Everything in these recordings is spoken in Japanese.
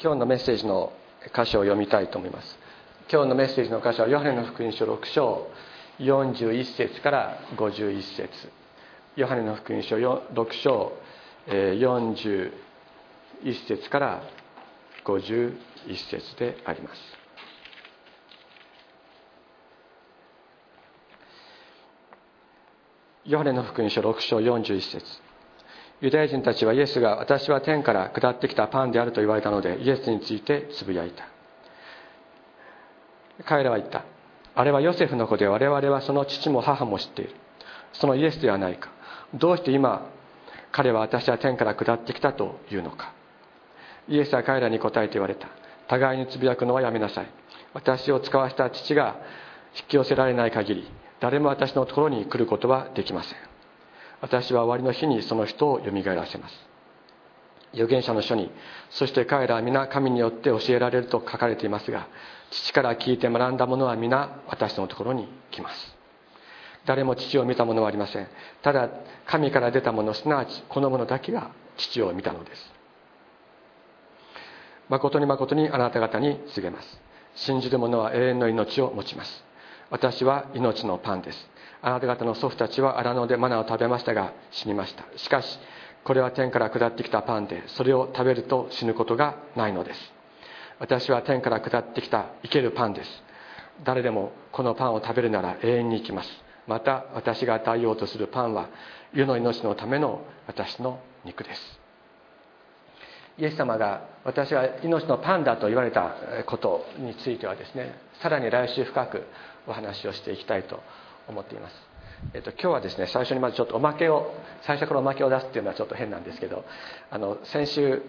今日のメッセージの箇所を読みたいと思います。今日のメッセージの箇所はヨハネの福音書6章41節から51節、ヨハネの福音書6章41節から51節であります。ヨハネの福音書6章41節、ユダヤ人たちはイエスが私は天から下ってきたパンであると言われたので、イエスについてつぶやいた。彼らは言った。あれはヨセフの子で、我々はその父も母も知っている。そのイエスではないか。どうして今彼は私は天から下ってきたというのか。イエスは彼らに答えて言われた。互いにつぶやくのはやめなさい。私を使わせた父が引き寄せられない限り、誰も私のところに来ることはできません。私は終わりの日にその人をよみがえらせます。預言者の書に、そして彼らは皆神によって教えられると書かれていますが、父から聞いて学んだ者は皆私のところに来ます。誰も父を見た者はありません。ただ神から出た者、すなわちこの者だけが父を見たのです。誠に誠にあなた方に告げます。信じる者は永遠の命を持ちます。私は命のパンです。あなた方の祖父たちは荒野でマナを食べましたが死にました。しかしこれは天から下ってきたパンで、それを食べると死ぬことがないのです。私は天から下ってきた生けるパンです。誰でもこのパンを食べるなら永遠に生きます。また私が与えようとするパンは世の命のための私の肉です。イエス様が私は命のパンだと言われたことについてはですね、さらに来週深くお話をしていきたいと思っています。今日はですね、最初にまずちょっと最初からおまけを出すっていうのはちょっと変なんですけど、先週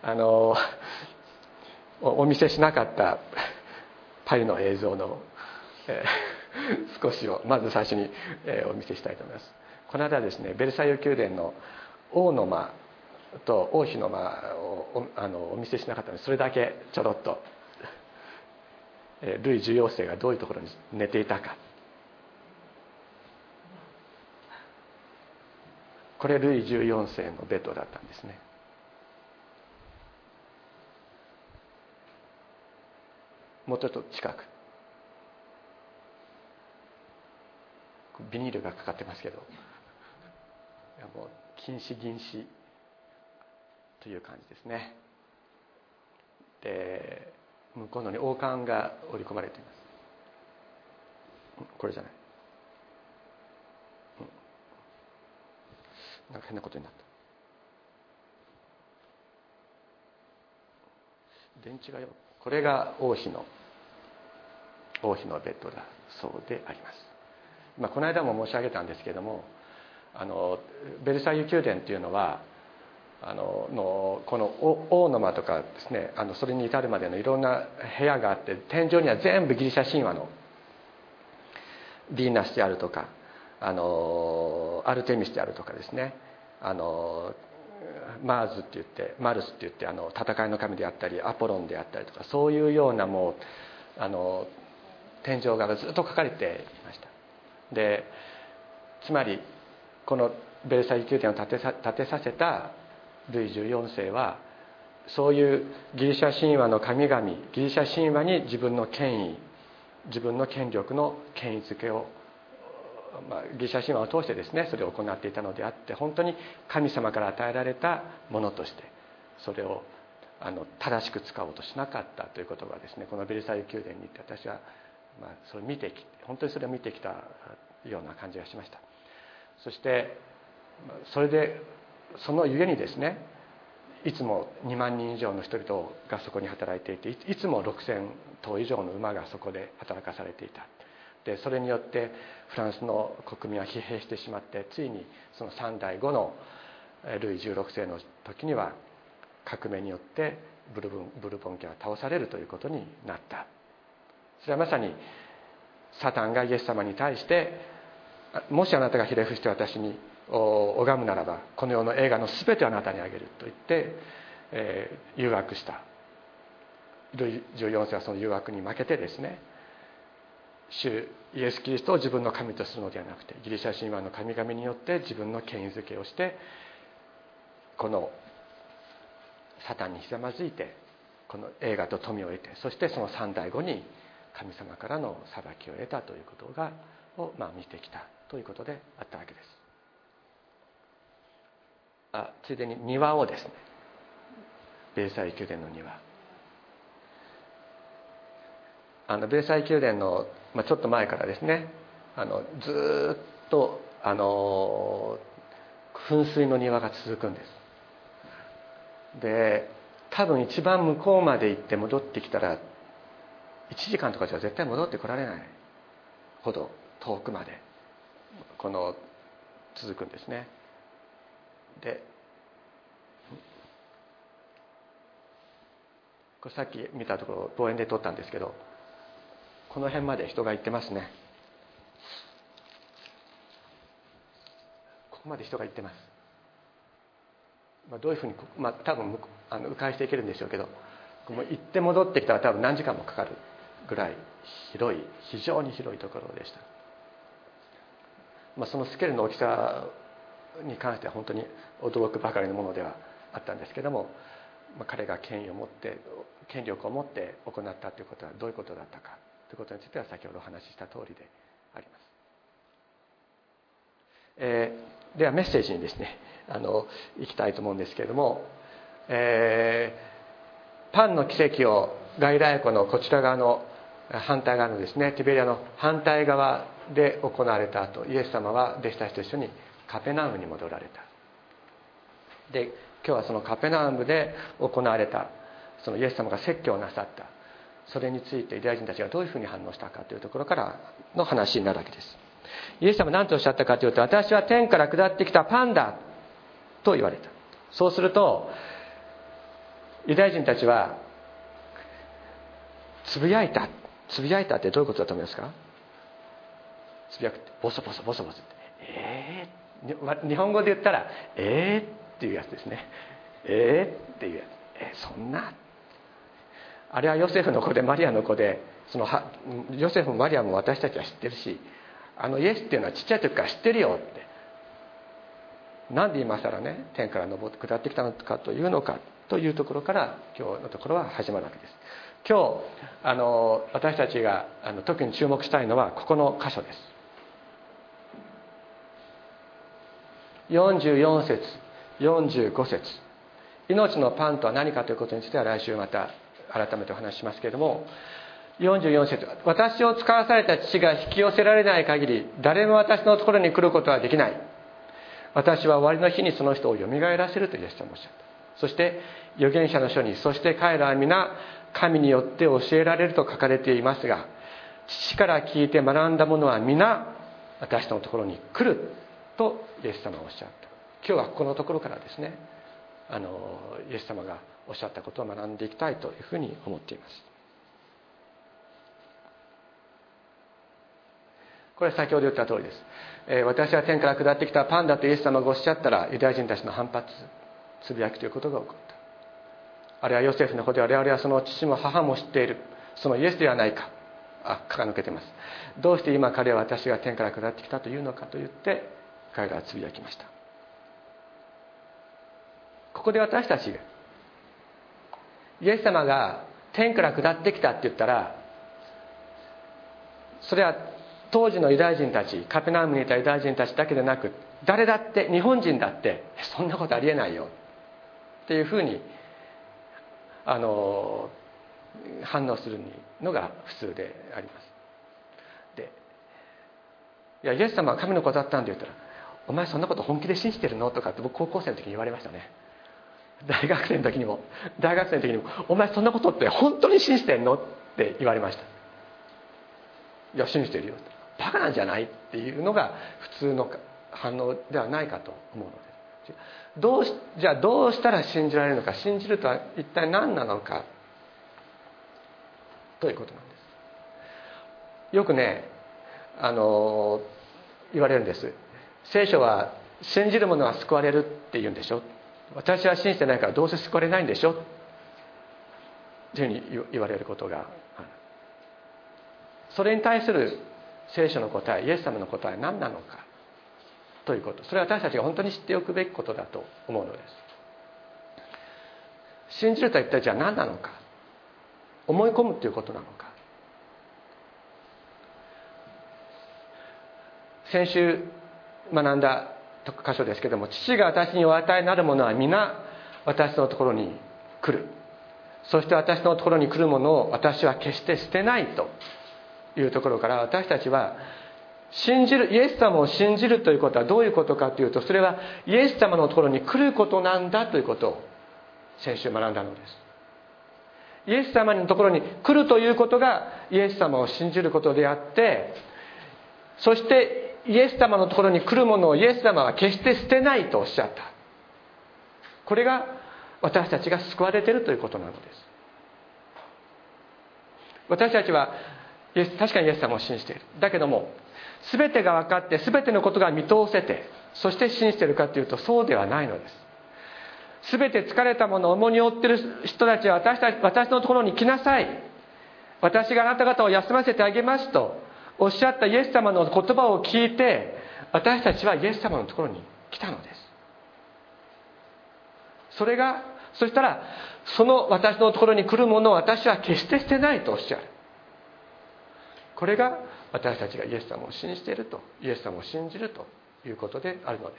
お見せしなかったパリの映像の、少しをまず最初に、お見せしたいと思います。この間ですね、ベルサイユ宮殿の王の間と王妃の間をお見せしなかったので、それだけちょろっと、ルイ14世がどういうところに寝ていたか。これルイ14世のベッドだったんですね。もうちょっと近く、ビニールがかかってますけど、もう禁止禁止という感じですね。で、向こうのに王冠が織り込まれています。これじゃない、なんか変なことになった。電池がよ、これが王妃のベッドだそうであります。この間も申し上げたんですけれども、ベルサイユ宮殿というのはこの王の間とかですね、それに至るまでのいろんな部屋があって、天井には全部ギリシャ神話のヴィーナスであるとかアルテミスであるとかですね、マルスって言って戦いの神であったりアポロンであったりとか、そういうようなもう天井画がずっと描かれていました。で、つまりこのベルサイユ宮殿を建てさせたルイ14世は、そういうギリシャ神話の神々、ギリシャ神話に自分の権威、自分の権力の権威づけを、ギリシャ神話を通してですね、それを行っていたのであって、本当に神様から与えられたものとしてそれを正しく使おうとしなかったということがですね、このベルサイユ宮殿に行って私はそれを本当にそれを見てきたような感じがしました。そしてそれでそのゆえにですね、いつも2万人以上の人々がそこに働いていて、いつも6000頭以上の馬がそこで働かされていた。でそれによってフランスの国民は疲弊してしまって、ついにその3代後のルイ16世の時には革命によってブルボン家は倒されるということになった。それはまさにサタンがイエス様に対して、もしあなたがひれ伏して私に拝むならばこの世の栄華の全てをあなたにあげると言って、誘惑した。ルイ14世はその誘惑に負けてですね、主イエス・キリストを自分の神とするのではなくて、ギリシャ神話の神々によって自分の権威づけをして、このサタンにひざまずいてこの栄華と富を得て、そしてその三代後に神様からの裁きを得たということを見てきたということであったわけです。ついでに庭をですね、ベーサイ宮殿の庭、ベーサイ宮殿の、ちょっと前からですね、ずっと噴水の庭が続くんです。で、多分一番向こうまで行って戻ってきたら1時間とかじゃ絶対戻ってこられないほど遠くまで続くんですね。で、これさっき見たところ望遠で撮ったんですけど、この辺まで人が行ってますね。ここまで人が行ってます。どういうふうに多分迂回していけるんでしょうけど、行って戻ってきたら多分何時間もかかるぐらい広い、非常に広いところでした。そのスケールの大きさに関しては本当に驚くばかりのものではあったんですけども、彼が権力を持って行ったということはどういうことだったかということについては先ほどお話しした通りであります。ではメッセージにですねいきたいと思うんですけれども、パンの奇跡をガリラヤ湖のこちら側の反対側のですね、ティベリアの反対側で行われた後、イエス様は弟子たちと一緒にカペナウムに戻られた。で、今日はそのカペナウムで行われたそのイエス様が説教をなさった、それについてユダヤ人たちがどういうふうに反応したかというところからの話になるわけです。イエス様は何とおっしゃったかというと、私は天から下ってきたパンだと言われた。そうするとユダヤ人たちはつぶやいたってどういうことだと思いますか？つぶやくってボソボソボソボソって、日本語で言ったらっていうやつですね。っていうやつ、そんな、あれはヨセフの子でマリアの子で、ヨセフもマリアも私たちは知ってるし、イエスっていうのはちっちゃい時から知ってるよって、なんで今更ね天から下ってきたのかというのかというところから今日のところは始まるわけです。今日私たちが特に注目したいのはここの箇所です。44節45節、命のパンとは何かということについては来週また改めてお話ししますけれども、44節、私を使わされた父が引き寄せられない限り誰も私のところに来ることはできない。私は終わりの日にその人をよみがえらせるとイエス様おっしゃった。そして預言者の書に、そして彼らは皆神によって教えられると書かれていますが、父から聞いて学んだ者は皆私のところに来るとイエス様はおっしゃった。今日はこのところからですね、イエス様がおっしゃったことを学んでいきたいというふうに思っています。これは先ほど言った通りです。私は天から下ってきたパンだとイエス様がおっしゃったら、ユダヤ人たちの反発、つぶやきということが起こった。あれはヨセフの子で、我々はその父も母も知っている、そのイエスではないか。駆け抜けてます。どうして今彼は私が天から下ってきたというのかと言って彼らはつぶやきました。ここで私たちがイエス様が天から下ってきたって言ったら、それは当時のユダヤ人たち、カペナウムにいたユダヤ人たちだけでなく、誰だって、日本人だってそんなことありえないよっていうふうに反応するのが普通であります。で、いやイエス様は神の子だったんで言ったら、お前そんなこと本気で信じてるのとかって僕高校生の時に言われましたね。大学生の時にもお前そんなことって本当に信じてんのって言われました。いや信じてるよ、バカなんじゃないっていうのが普通の反応ではないかと思うのです。じゃあどうしたら信じられるのか、信じるとは一体何なのかということなんです。よくね言われるんです。聖書は信じる者は救われるって言うんでしょ、私は信じてないからどうせ救われないんでしょというふうに言われることがある。それに対する聖書の答え、イエス様の答えは何なのかということ、それは私たちが本当に知っておくべきことだと思うのです。信じるとは一体じゃあ何なのか思い込むということなのか。先週学んだ箇所ですけども、父が私にお与えになるものは皆私のところに来る、そして私のところに来るものを私は決して捨てないというところから、私たちは信じる、イエス様を信じるということはどういうことかというと、それはイエス様のところに来ることなんだということを先週学んだのです。イエス様のところに来るということがイエス様を信じることであって、そしてイエス様のところに来るものをイエス様は決して捨てないとおっしゃった。これが私たちが救われているということなのです。私たちは確かにイエス様を信じている。だけども全てが分かって全てのことが見通せて、そして信じているかというとそうではないのです。全て疲れたものを重荷を負っている人たちは私のところに来なさい、私があなた方を休ませてあげますとおっしゃったイエス様の言葉を聞いて、私たちはイエス様のところに来たのです。そしたらその私のところに来るものを私は決して捨てないとおっしゃる。これが私たちがイエス様を信じていると、イエス様を信じるということであるのです。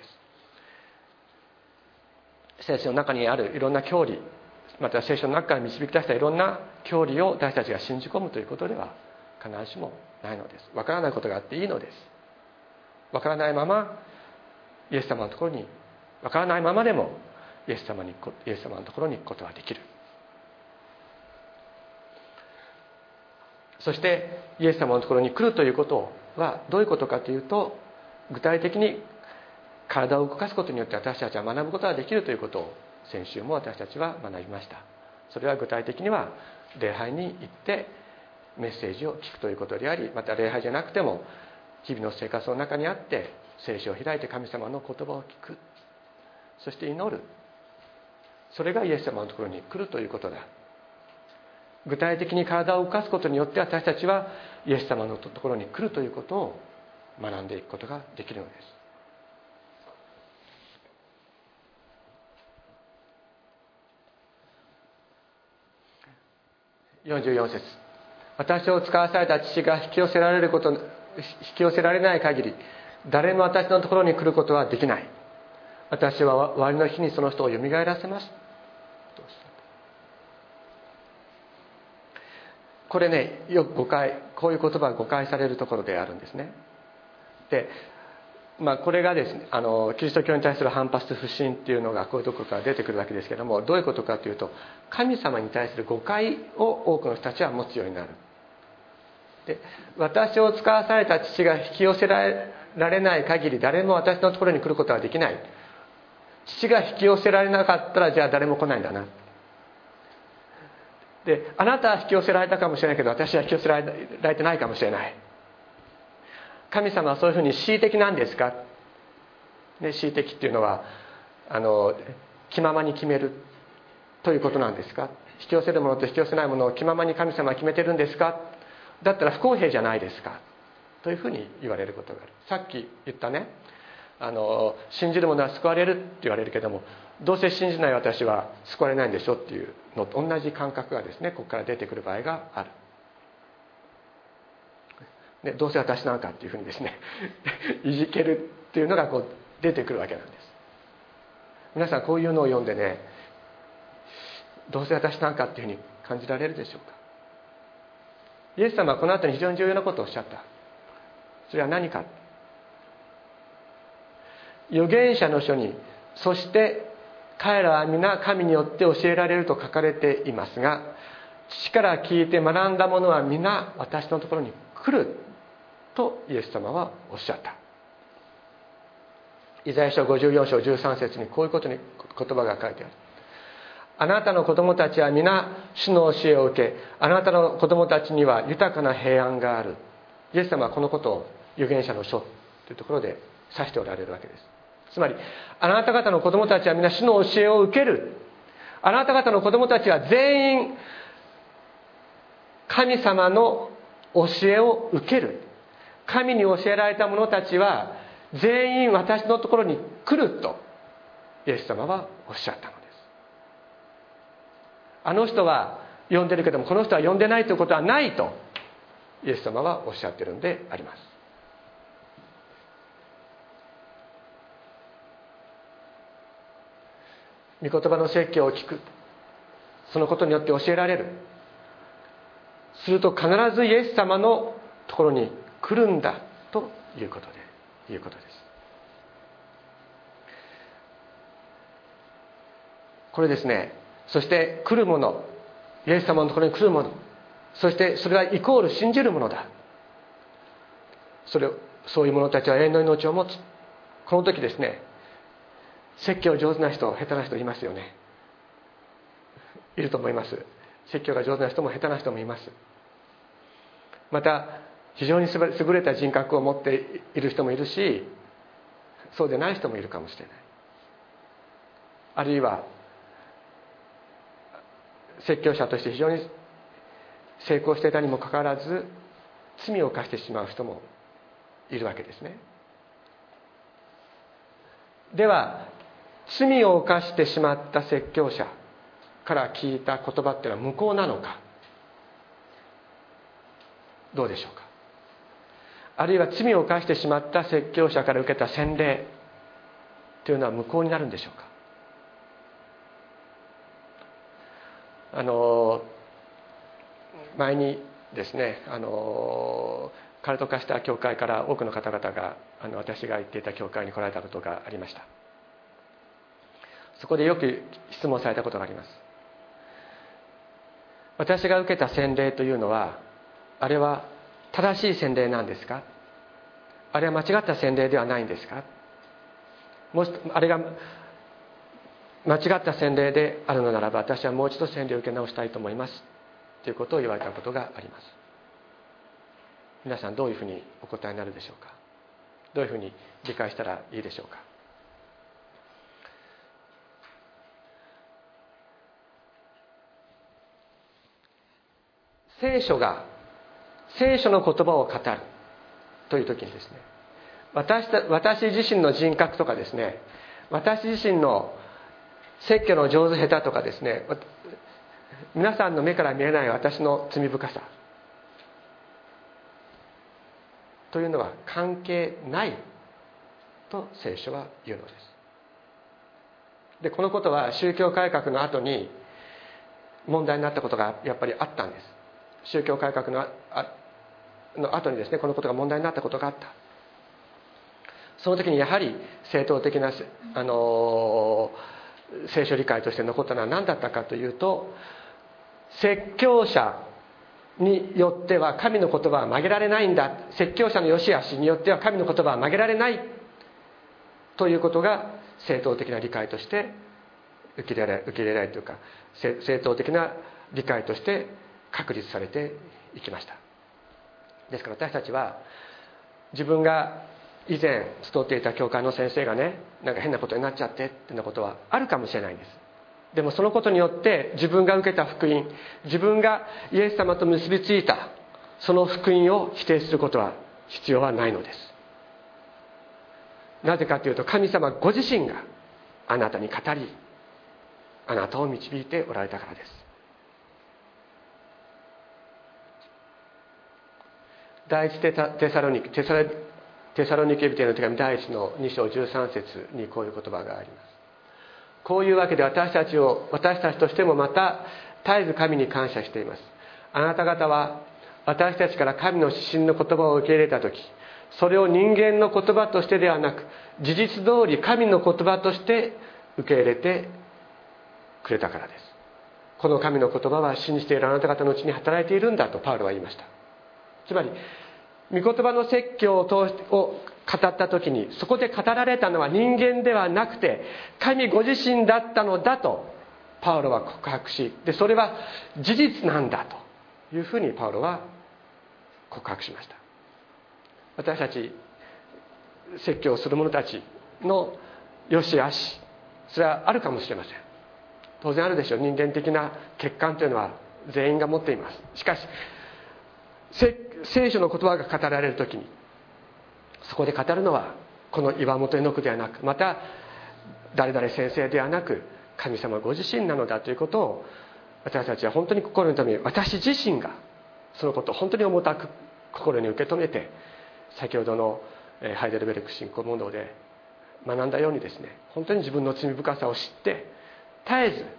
聖書の中にあるいろんな教理、また聖書の中から導き出したいろんな教理を私たちが信じ込むということでは必ずしもないのです。わからないことがあっていいのです。わからないままイエス様のところに、わからないままでもイエス様のところに行くことができる。そしてイエス様のところに来るということはどういうことかというと、具体的に体を動かすことによって私たちは学ぶことができるということを先週も私たちは学びました。それは具体的には礼拝に行ってメッセージを聞くということであり、また礼拝じゃなくても日々の生活の中にあって聖書を開いて神様の言葉を聞く、そして祈る、それがイエス様のところに来るということだ。具体的に体を動かすことによって私たちはイエス様のところに来るということを学んでいくことができるのです。44節、私を使わされた父が引き寄せられない限り誰も私のところに来ることはできない。私は終わりの日にその人をよみがえらせます。これね、よくこういう言葉が誤解されるところであるんですね。で、これがですね、キリスト教に対する反発と不信っていうのがこういうところから出てくるわけですけども、どういうことかというと、神様に対する誤解を多くの人たちは持つようになる。で、私を使わされた父が引き寄せられない限り誰も私のところに来ることはできない。父が引き寄せられなかったらじゃあ誰も来ないんだな。で、あなたは引き寄せられたかもしれないけど私は引き寄せられてないかもしれない。神様はそういうふうに恣意的なんですか、ね、恣意的っていうのは気ままに決めるということなんですか。引き寄せるものと引き寄せないものを気ままに神様は決めてるんですか。だったら不公平じゃないですかというふうに言われることがある。さっき言ったね、信じる者は救われるって言われるけども、どうせ信じない私は救われないんでしょっていうのと同じ感覚がですね、ここから出てくる場合がある。で、どうせ私なんかっていうふうにですねいじけるっていうのがこう出てくるわけなんです。皆さんこういうのを読んでね、どうせ私なんかっていうふうに感じられるでしょうか。イエス様はこの後に非常に重要なことをおっしゃった。それは何か。預言者の書に、そして彼らは皆神によって教えられると書かれていますが、父から聞いて学んだ者は皆私のところに来るとイエス様はおっしゃった。イザヤ書54章13節にこういうことに言葉が書いてある。あなたの子供たちは皆主の教えを受け、あなたの子供たちには豊かな平安がある。イエス様はこのことを預言者の書というところで指しておられるわけです。つまり、あなた方の子供たちは皆主の教えを受ける。あなた方の子供たちは全員神様の教えを受ける。神に教えられた者たちは全員私のところに来るとイエス様はおっしゃったのです。あの人は呼んでるけどもこの人は呼んでないということはないとイエス様はおっしゃってるんであります。御言葉の説教を聞く、そのことによって教えられる、すると必ずイエス様のところに来るんだということです。これですね。そして来るもの、イエス様のところに来るもの、そしてそれはイコール信じるものだ。そういう者たちは永遠の命を持つ。この時ですね、説教上手な人、下手な人いますよね。いると思います。説教が上手な人も下手な人もいます。また非常に優れた人格を持っている人もいるし、そうでない人もいるかもしれない。あるいは説教者として非常に成功していたにもかかわらず罪を犯してしまう人もいるわけですね。では罪を犯してしまった説教者から聞いた言葉っていうのは無効なのか、どうでしょうか。あるいは罪を犯してしまった説教者から受けた洗礼というのは無効になるんでしょうか。前にですね、カルト化した教会から多くの方々が私が行っていた教会に来られたことがありました。そこでよく質問されたことがあります。私が受けた洗礼というのは、あれは正しい洗礼なんですか、あれは間違った洗礼ではないんですか、もしあれが間違った洗礼であるのならば、私はもう一度洗礼を受け直したいと思いますということを言われたことがあります。皆さんどういうふうにお答えになるでしょうか。どういうふうに理解したらいいでしょうか。聖書の言葉を語るという時にですね、私自身の人格とかですね、私自身の説教の上手下手とかですね、皆さんの目から見えない私の罪深さというのは関係ないと聖書は言うのです。で、このことは宗教改革の後に問題になったことがやっぱりあったんです。宗教改革の後にですね、このことが問題になったことがあった。その時にやはり正統的な聖書理解として残ったのは何だったかというと、説教者によっては神の言葉は曲げられないんだ、説教者の良し悪しによっては神の言葉は曲げられないということが正統的な理解として受け入れられるというか、正統的な理解として確立されていきました。ですから私たちは、自分が以前勤っていた教会の先生がね、なんか変なことになっちゃってっていうようなことはあるかもしれないんです。でもそのことによって自分が受けた福音、自分がイエス様と結びついたその福音を否定することは必要はないのです。なぜかというと、神様ご自身があなたに語り、あなたを導いておられたからです。第一テサロニケ人への手紙第1の2章13節にこういう言葉があります。こういうわけで私たちとしてもまた絶えず神に感謝しています。あなた方は私たちから神の指針の言葉を受け入れたとき、それを人間の言葉としてではなく、事実通り神の言葉として受け入れてくれたからです。この神の言葉は信じているあなた方のうちに働いているんだとパウロは言いました。つまり御言葉の説教を語った時に、そこで語られたのは人間ではなくて神ご自身だったのだとパウロは告白し、でそれは事実なんだというふうにパウロは告白しました。私たち説教をする者たちの良し悪し、それはあるかもしれません。当然あるでしょう。人間的な欠陥というのは全員が持っています。しかし聖書の言葉が語られるときに、そこで語るのはこの岩本絵の句ではなく、また誰々先生ではなく、神様ご自身なのだということを私たちは本当に心に留め、私自身がそのことを本当に重たく心に受け止めて、先ほどのハイデルベルク信仰問答で学んだようにですね、本当に自分の罪深さを知って絶えず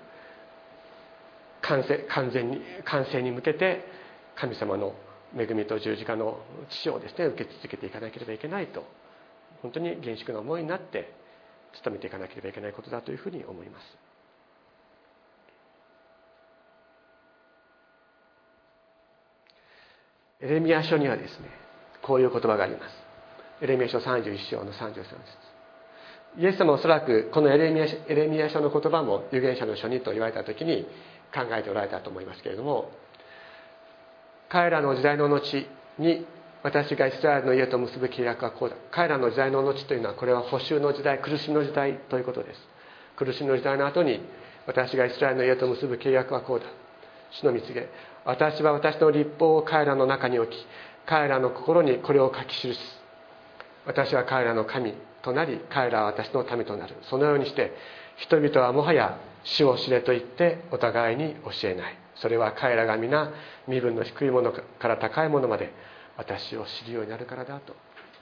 完成に向けて神様の恵みと十字架の父をですね受け続けていかなければいけないと、本当に厳粛な思いになって努めていかなければいけないことだというふうに思います。エレミヤ書にはですね、こういう言葉があります。エレミヤ書31章の33節。イエス様はおそらくこのエレミヤ書の言葉も預言者の書にと言われた時に考えておられたと思いますけれども、彼らの時代の後に私がイスラエルの家と結ぶ契約はこうだ。彼らの時代の後というのは、これは補修の時代、苦しみの時代ということです。苦しみの時代の後に私がイスラエルの家と結ぶ契約はこうだ。主の御告げ、私は私の律法を彼らの中に置き、彼らの心にこれを書き記す。私は彼らの神となり、彼らは私の民となる。そのようにして人々はもはや主を知れと言ってお互いに教えない。それは彼らが皆身分の低いものから高いものまで私を知るようになるからだと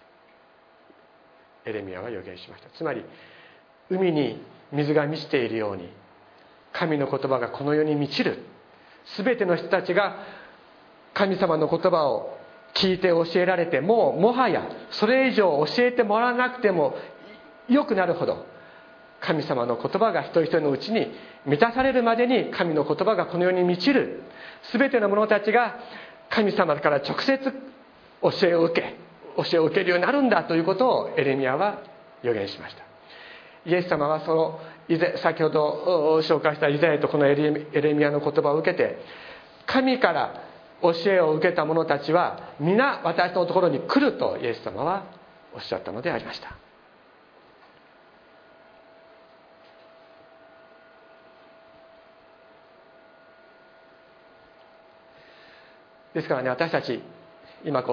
エレミヤは予言しました。つまり海に水が満ちているように、神の言葉がこの世に満ちる。すべての人たちが神様の言葉を聞いて教えられて、もはやそれ以上教えてもらわなくてもよくなるほど、神様の言葉が一人一人のうちに満たされるまでに神の言葉がこの世に満ちる。すべての者たちが神様から直接教えを受けるようになるんだということをエレミヤは予言しました。イエス様はその先ほど紹介したイザヤとこのエレミヤの言葉を受けて、神から教えを受けた者たちは皆私のところに来るとイエス様はおっしゃったのでありました。ですからね、私たち今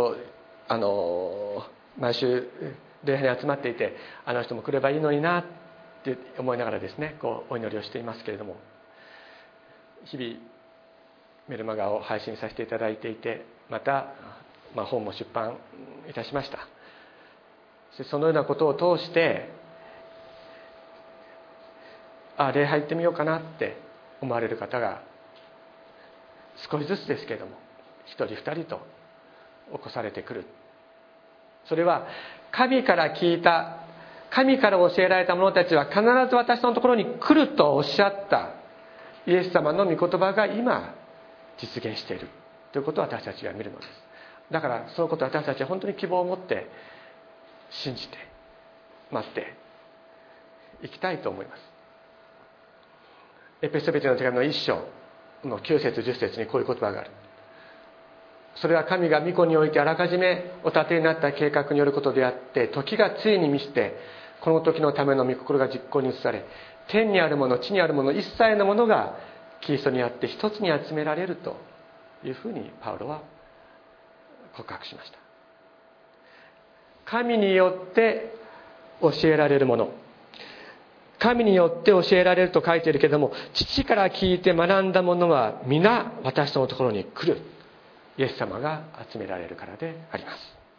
毎週礼拝に集まっていて、あの人も来ればいいのになって思いながらですね、お祈りをしていますけれども、日々メルマガを配信させていただいていて、また、本も出版いたしました。そのようなことを通して礼拝行ってみようかなって思われる方が少しずつですけれども一人二人と起こされてくる。それは神から聞いた、神から教えられた者たちは必ず私のところに来るとおっしゃったイエス様の御言葉が今実現しているということを私たちが見るのです。だからそのことを私たちは本当に希望を持って信じて待っていきたいと思います。エペソビテの手紙の1章の9節10節にこういう言葉がある。それは神が御子においてあらかじめお立てになった計画によることであって、時がついに満ちてこの時のための御心が実行に移され、天にあるもの地にあるもの一切のものがキリストにあって一つに集められるというふうにパウロは告白しました。神によって教えられるもの、神によって教えられると書いているけれども、父から聞いて学んだものは皆私のところに来る。イエス様が集められるからであります。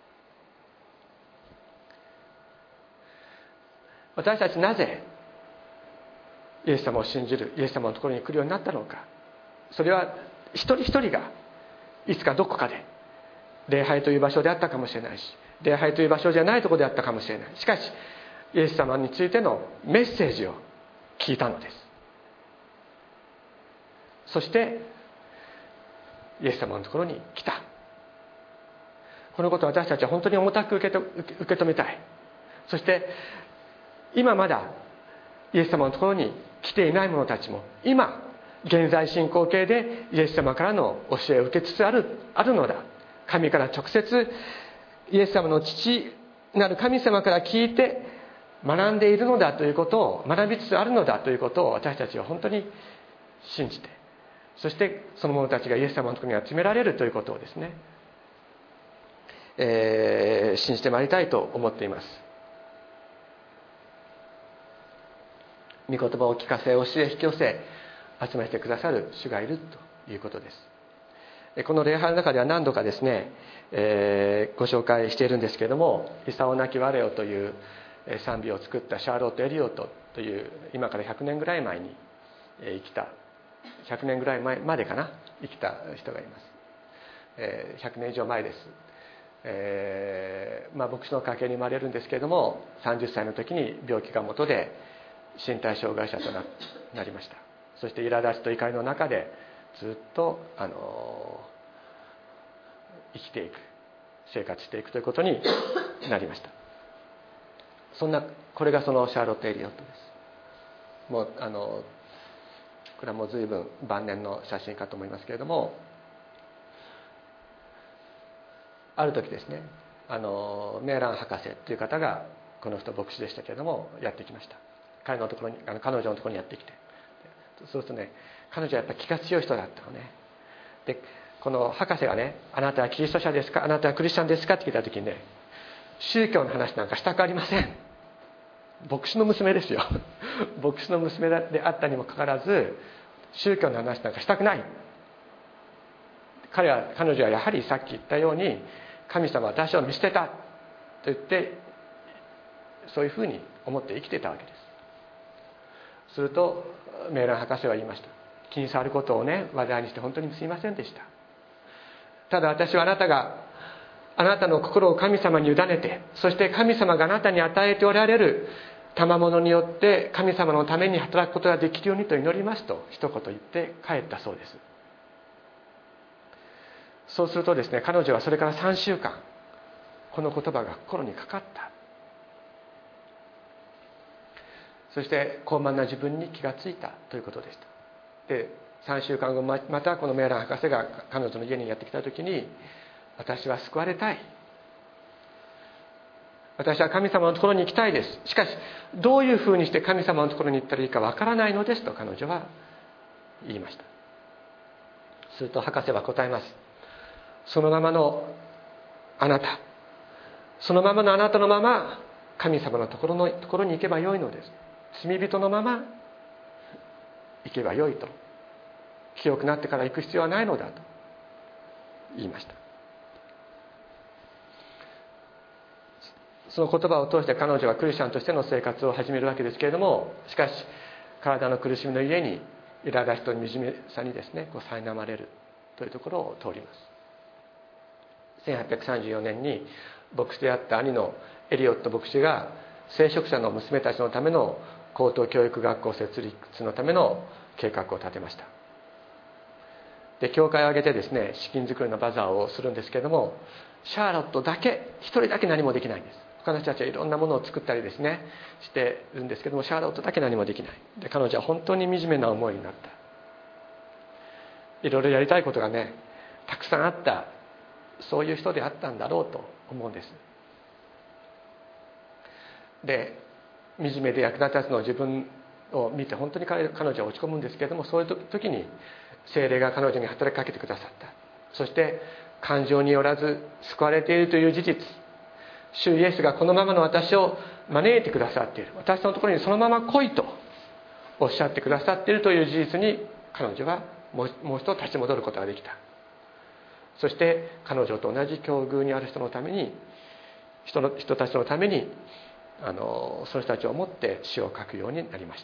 私たちなぜイエス様を信じる、イエス様のところに来るようになったのか。それは一人一人がいつかどこかで礼拝という場所であったかもしれないし、礼拝という場所じゃないところであったかもしれない。しかしイエス様についてのメッセージを聞いたのです。そしてイエス様のところに来た。このことを私たちは本当に重たく受け止めたい。そして今まだイエス様のところに来ていない者たちも、今現在進行形でイエス様からの教えを受けつつあるのだ。神から直接イエス様の父なる神様から聞いて学んでいるのだということを、学びつつあるのだということを私たちは本当に信じて、そしてその者たちがイエス様のところに集められるということをですね、信じてまいりたいと思っています。御言葉を聞かせ、教え引き寄せ、 集めてくださる主がいるということです。この礼拝の中では何度かですね、ご紹介しているんですけれども、イサオナキワレオという賛美を作ったシャーロット・エリオットという、今から100年ぐらい前に生きた、100年ぐらい前までかな、生きた人がいます。100年以上前です。牧師の家系に生まれるんですけれども、30歳の時に病気が元で身体障害者となりました。そして苛立ちと怒りの中でずっと生きていく、生活していくということになりました。これがそのシャーロット・エリオットです。もうこれはもう随分晩年の写真かと思いますけれども、ある時ですね、メーラン博士という方が、この人牧師でしたけれども、やってきました。彼女のところにやってきて、そうするとね、彼女はやっぱり気が強い人だったのね。でこの博士がね、あなたはキリスト者ですか、あなたはクリスチャンですかって聞いた時にね、宗教の話なんかしたくありません。牧師の娘ですよ。牧師の娘であったにもかかわらず、宗教の話なんかしたくない。彼女はやはりさっき言ったように、神様は私を見捨てたと言って、そういうふうに思って生きてたわけです。するとメーラン博士は言いました。気に障ることをね、話題にして本当にすいませんでした。ただ私はあなたの心を神様に委ねて、そして神様があなたに与えておられる賜物によって神様のために働くことができるようにと祈りますと一言言って帰ったそうです。そうするとですね、彼女はそれから3週間この言葉が心にかかった。そして高慢な自分に気がついたということでした。で3週間後、またこのメーラン博士が彼女の家にやってきた時に、私は救われたい、私は神様のところに行きたいです、しかしどういうふうにして神様のところに行ったらいいかわからないのですと彼女は言いました。すると博士は答えます。そのままのあなた、そのままのあなたのまま神様のところに行けばよいのです。罪人のまま行けばよいと、清くなってから行く必要はないのだと言いました。その言葉を通して彼女はクリスチャンとしての生活を始めるわけですけれども、しかし体の苦しみのゆえに苛立ちと惨めさにですね、苛まれるというところを通ります。1834年に牧師であった兄のエリオット牧師が聖職者の娘たちのための高等教育学校設立のための計画を立てました。で教会を挙げてですね、資金作りのバザーをするんですけれども、シャーロットだけ一人だけ何もできないんです。他の人たちはいろんなものを作ったりですねしてるんですけども、シャーロットだけ何もできない。で彼女は本当に惨めな思いになった。いろいろやりたいことがねたくさんあった、そういう人であったんだろうと思うんです。で惨めで役立たずの自分を見て本当に彼女は落ち込むんですけれども、そういう時に聖霊が彼女に働きかけてくださった。そして感情によらず救われているという事実、主イエスがこのままの私を招いてくださっている、私のところにそのまま来いとおっしゃってくださっているという事実に彼女はもう一度立ち戻ることができた。そして彼女と同じ境遇にある人たちのためにその人たちを思って詩を書くようになりました。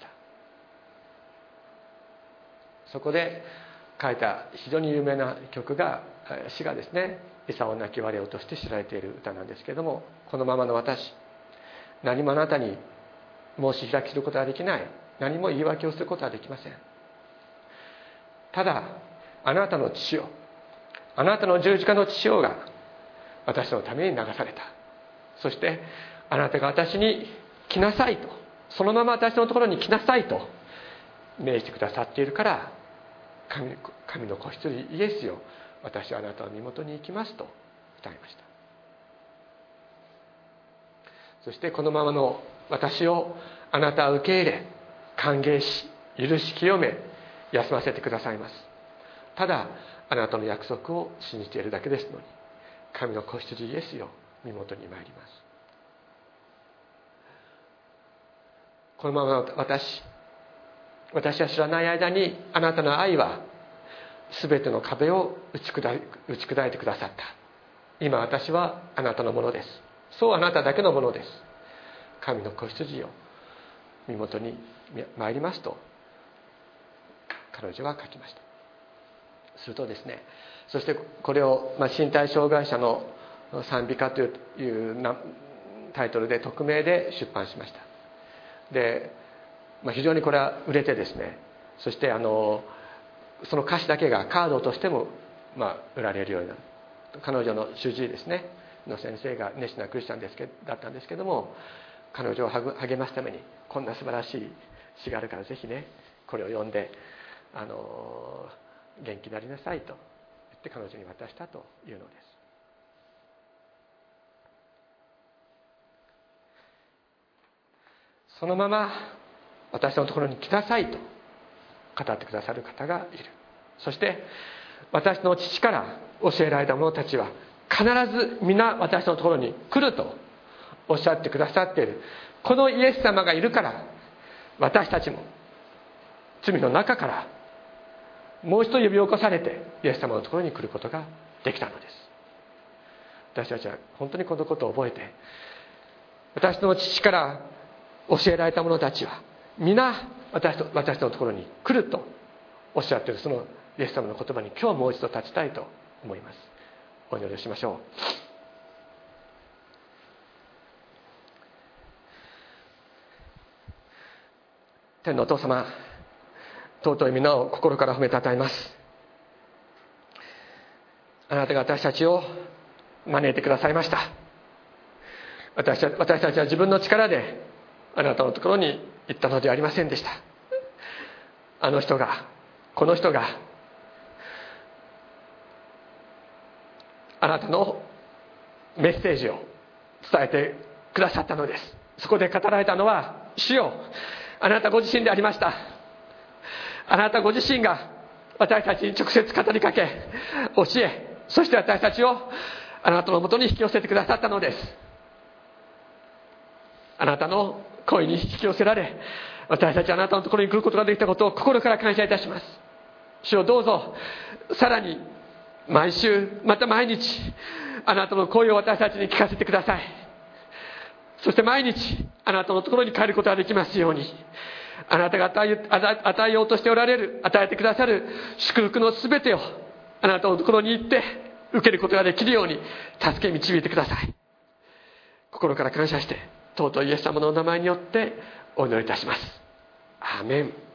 そこで書いた非常に有名な詩がですね、イサオナキワレオとして知られている歌なんですけれども、このままの私、何もあなたに申し開きすることはできない、何も言い訳をすることはできません。ただあなたの血潮、あなたの十字架の血潮が私のために流された。そしてあなたが私に来なさいと、そのまま私のところに来なさいと命じてくださっているから、神の子一人イエスよ、私はあなたの身元に行きますと歌いました。そしてこのままの私をあなたは受け入れ、歓迎し、許し清め、休ませてくださいます。ただあなたの約束を信じているだけですのに、神の子羊イエスよ、身元に参ります。このまま私、 私は知らない間にあなたの愛は全ての壁を打ち砕いてくださった。今私はあなたのものです。そうあなただけのものです。神の子羊を身元に参りますと彼女は書きました。するとですね、そしてこれを身体障害者の賛美歌というタイトルで匿名で出版しました。で、非常にこれは売れてですね、そしてその歌詞だけがカードとしても売られるようになる。彼女の主治医ですねの先生が熱心なクリスチャンだったんですけども、彼女を励ますためにこんな素晴らしい詩があるからぜひねこれを読んで元気になりなさいと言って彼女に渡したというのです。そのまま私のところに来なさいと語ってくださる方がいる。そして私の父から教えられた者たちは必ず皆私のところに来るとおっしゃってくださっている。このイエス様がいるから私たちも罪の中からもう一度呼び起こされてイエス様のところに来ることができたのです。私たちは本当にこのことを覚えて、私の父から教えられた者たちは皆私のところに来るとおっしゃっているそのイエス様の言葉に今日もう一度立ちたいと思います。お祈りをしましょう。天のお父様、尊い皆を心から褒めたたえます。あなたが私たちを招いてくださいました。私たちは自分の力であなたのところに行ったのではありませんでした。あの人がこの人があなたのメッセージを伝えてくださったのです。そこで語られたのは、主よ、あなたご自身でありました。あなたご自身が私たちに直接語りかけ教え、そして私たちをあなたのもとに引き寄せてくださったのです。あなたの声に引き寄せられ、私たちはあなたのところに来ることができたことを心から感謝いたします。主をどうぞさらに毎週また毎日あなたの声を私たちに聞かせてください。そして毎日あなたのところに帰ることができますように、あなたが与えようとしておられる、与えてくださる祝福のすべてをあなたのところに行って受けることができるように助け導いてください。心から感謝して尊いイエス様のお名前によってお祈りいたします。アーメン。